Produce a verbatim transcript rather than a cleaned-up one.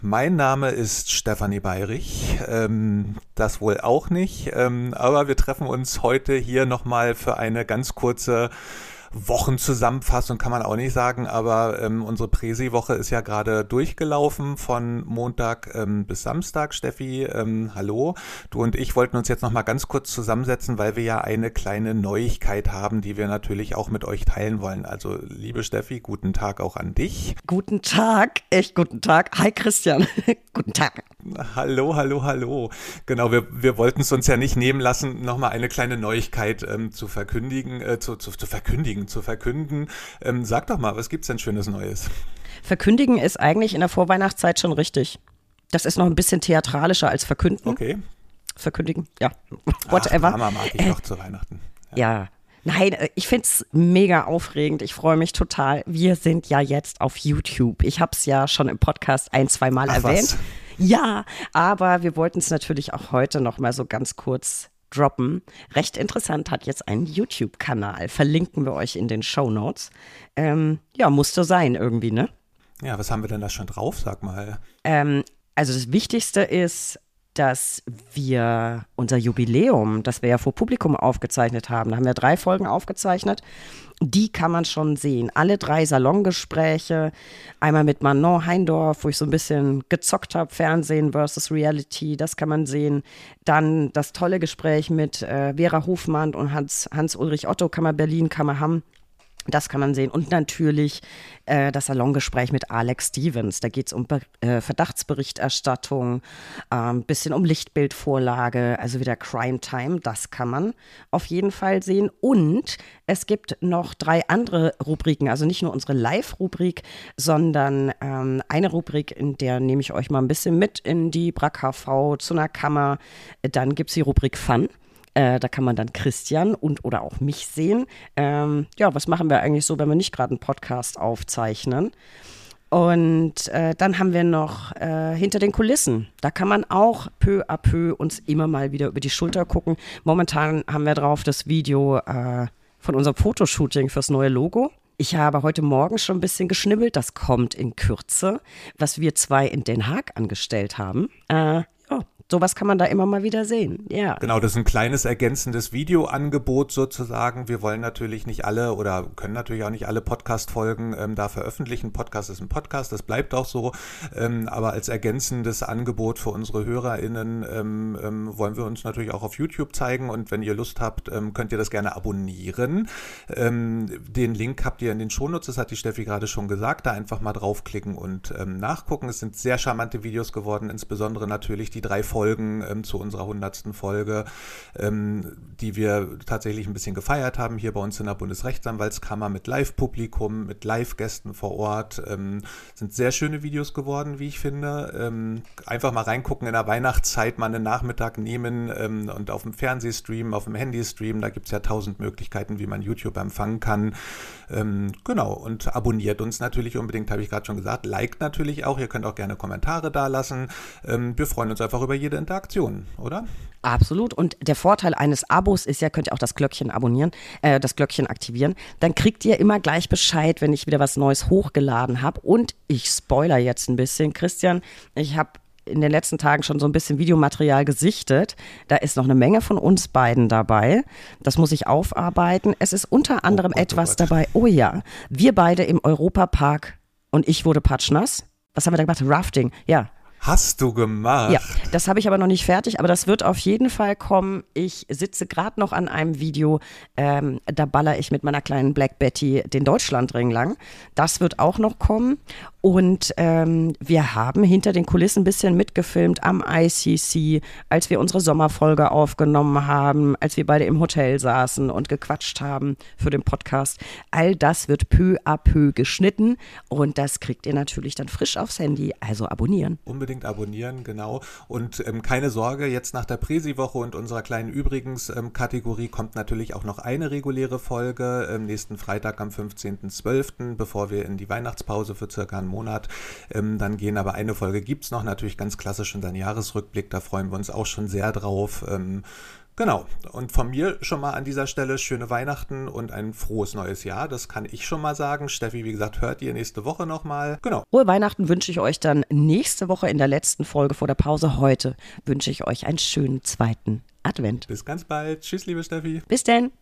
Mein Name ist Stefanie Bayrich, ähm, das wohl auch nicht, ähm, aber wir treffen uns heute hier nochmal für eine ganz kurze Wochenzusammenfassung, kann man auch nicht sagen, aber ähm, unsere Präsi-Woche ist ja gerade durchgelaufen von Montag ähm, bis Samstag. Steffi, ähm, hallo. Du und ich wollten uns jetzt nochmal ganz kurz zusammensetzen, weil wir ja eine kleine Neuigkeit haben, die wir natürlich auch mit euch teilen wollen. Also liebe Steffi, guten Tag auch an dich. Guten Tag, echt guten Tag. Hi Christian, guten Tag. Hallo, hallo, hallo. Genau, wir, wir wollten es uns ja nicht nehmen lassen, nochmal eine kleine Neuigkeit ähm, zu verkündigen, äh, zu, zu, zu verkündigen, zu verkünden. Ähm, sag doch mal, was gibt's denn Schönes Neues? Verkündigen ist eigentlich in der Vorweihnachtszeit schon richtig. Das ist noch ein bisschen theatralischer als verkünden. Okay. Verkündigen, ja. Whatever. Ach, Drama mag ich äh, noch zu Weihnachten. Ja. ja. Nein, ich finde es mega aufregend. Ich freue mich total. Wir sind ja jetzt auf YouTube. Ich habe es ja schon im Podcast ein, zwei Mal Ach, erwähnt. Was? Ja, aber wir wollten es natürlich auch heute noch mal so ganz kurz droppen. Recht interessant, hat jetzt einen YouTube-Kanal. Verlinken wir euch in den Shownotes. Ähm, ja, muss so sein irgendwie, ne? Ja, was haben wir denn da schon drauf, sag mal? Ähm, also das Wichtigste ist, dass wir unser Jubiläum, das wir ja vor Publikum aufgezeichnet haben, da haben wir drei Folgen aufgezeichnet, die kann man schon sehen. Alle drei Salongespräche, einmal mit Manon Heindorf, wo ich so ein bisschen gezockt habe, Fernsehen versus Reality, das kann man sehen. Dann das tolle Gespräch mit äh, Vera Hofmann und Hans, Hans-Ulrich Otto, Kammer Berlin, Kammer Hamm. Das kann man sehen. Und natürlich äh, das Salongespräch mit Alex Stevens. Da geht es um Be- äh, Verdachtsberichterstattung, ein ähm, bisschen um Lichtbildvorlage, also wieder Crime Time. Das kann man auf jeden Fall sehen. Und es gibt noch drei andere Rubriken. Also nicht nur unsere Live-Rubrik, sondern ähm, eine Rubrik, in der nehme ich euch mal ein bisschen mit in die B R A K H V zu einer Kammer. Dann gibt es die Rubrik Fun. Äh, da kann man dann Christian und oder auch mich sehen. Ähm, ja, was machen wir eigentlich so, wenn wir nicht gerade einen Podcast aufzeichnen? Und äh, dann haben wir noch äh, hinter den Kulissen. Da kann man auch peu à peu uns immer mal wieder über die Schulter gucken. Momentan haben wir drauf das Video äh, von unserem Fotoshooting fürs neue Logo. Ich habe heute Morgen schon ein bisschen geschnibbelt. Das kommt in Kürze, was wir zwei in Den Haag angestellt haben. Äh, ja. Sowas kann man da immer mal wieder sehen, ja. Genau, das ist ein kleines ergänzendes Videoangebot sozusagen. Wir wollen natürlich nicht alle oder können natürlich auch nicht alle Podcast-Folgen ähm, da veröffentlichen. Podcast ist ein Podcast, das bleibt auch so. Ähm, aber als ergänzendes Angebot für unsere HörerInnen ähm, ähm, wollen wir uns natürlich auch auf YouTube zeigen. Und wenn ihr Lust habt, ähm, könnt ihr das gerne abonnieren. Ähm, den Link habt ihr in den Shownotes, das hat die Steffi gerade schon gesagt. Da einfach mal draufklicken und ähm, nachgucken. Es sind sehr charmante Videos geworden, insbesondere natürlich die drei Folgen. Folgen ähm, zu unserer hundertsten Folge, ähm, die wir tatsächlich ein bisschen gefeiert haben hier bei uns in der Bundesrechtsanwaltskammer mit Live-Publikum, mit Live-Gästen vor Ort. Ähm, sind sehr schöne Videos geworden, wie ich finde. Ähm, einfach mal reingucken in der Weihnachtszeit, mal einen Nachmittag nehmen ähm, und auf dem Fernsehstream, auf dem Handystream, da gibt es ja tausend Möglichkeiten, wie man YouTube empfangen kann. Ähm, genau, und abonniert uns natürlich unbedingt, habe ich gerade schon gesagt. Liked natürlich auch, ihr könnt auch gerne Kommentare da lassen. Ähm, wir freuen uns einfach über jede Interaktion, oder? Absolut. Und der Vorteil eines Abos ist ja, könnt ihr auch das Glöckchen abonnieren, äh, das Glöckchen aktivieren. Dann kriegt ihr immer gleich Bescheid, wenn ich wieder was Neues hochgeladen habe. Und ich spoiler jetzt ein bisschen, Christian, ich habe in den letzten Tagen schon so ein bisschen Videomaterial gesichtet. Da ist noch eine Menge von uns beiden dabei. Das muss ich aufarbeiten. Es ist unter anderem oh Gott, etwas oh dabei. Oh ja, wir beide im Europapark und ich wurde patschnass. Was haben wir da gemacht? Rafting, ja. Hast du gemacht? Ja, das habe ich aber noch nicht fertig, aber das wird auf jeden Fall kommen. Ich sitze gerade noch an einem Video, ähm, da baller ich mit meiner kleinen Black Betty den Deutschlandring lang. Das wird auch noch kommen. Und ähm, wir haben hinter den Kulissen ein bisschen mitgefilmt am I C C, als wir unsere Sommerfolge aufgenommen haben, als wir beide im Hotel saßen und gequatscht haben für den Podcast. All das wird peu à peu geschnitten und das kriegt ihr natürlich dann frisch aufs Handy, also abonnieren. Unbedingt abonnieren, genau. Und ähm, keine Sorge, jetzt nach der Präsi-Woche und unserer kleinen Übrigens-Kategorie ähm, kommt natürlich auch noch eine reguläre Folge, ähm, nächsten Freitag am fünfzehnten zwölften, bevor wir in die Weihnachtspause für circa einen Monat ähm, dann gehen. Aber eine Folge gibt es noch, natürlich ganz klassisch unseren Jahresrückblick, da freuen wir uns auch schon sehr drauf. Ähm, Genau. Und von mir schon mal an dieser Stelle schöne Weihnachten und ein frohes neues Jahr. Das kann ich schon mal sagen. Steffi, wie gesagt, hört ihr nächste Woche nochmal. Genau. Frohe Weihnachten wünsche ich euch dann nächste Woche in der letzten Folge vor der Pause. Heute wünsche ich euch einen schönen zweiten Advent. Bis ganz bald. Tschüss, liebe Steffi. Bis denn.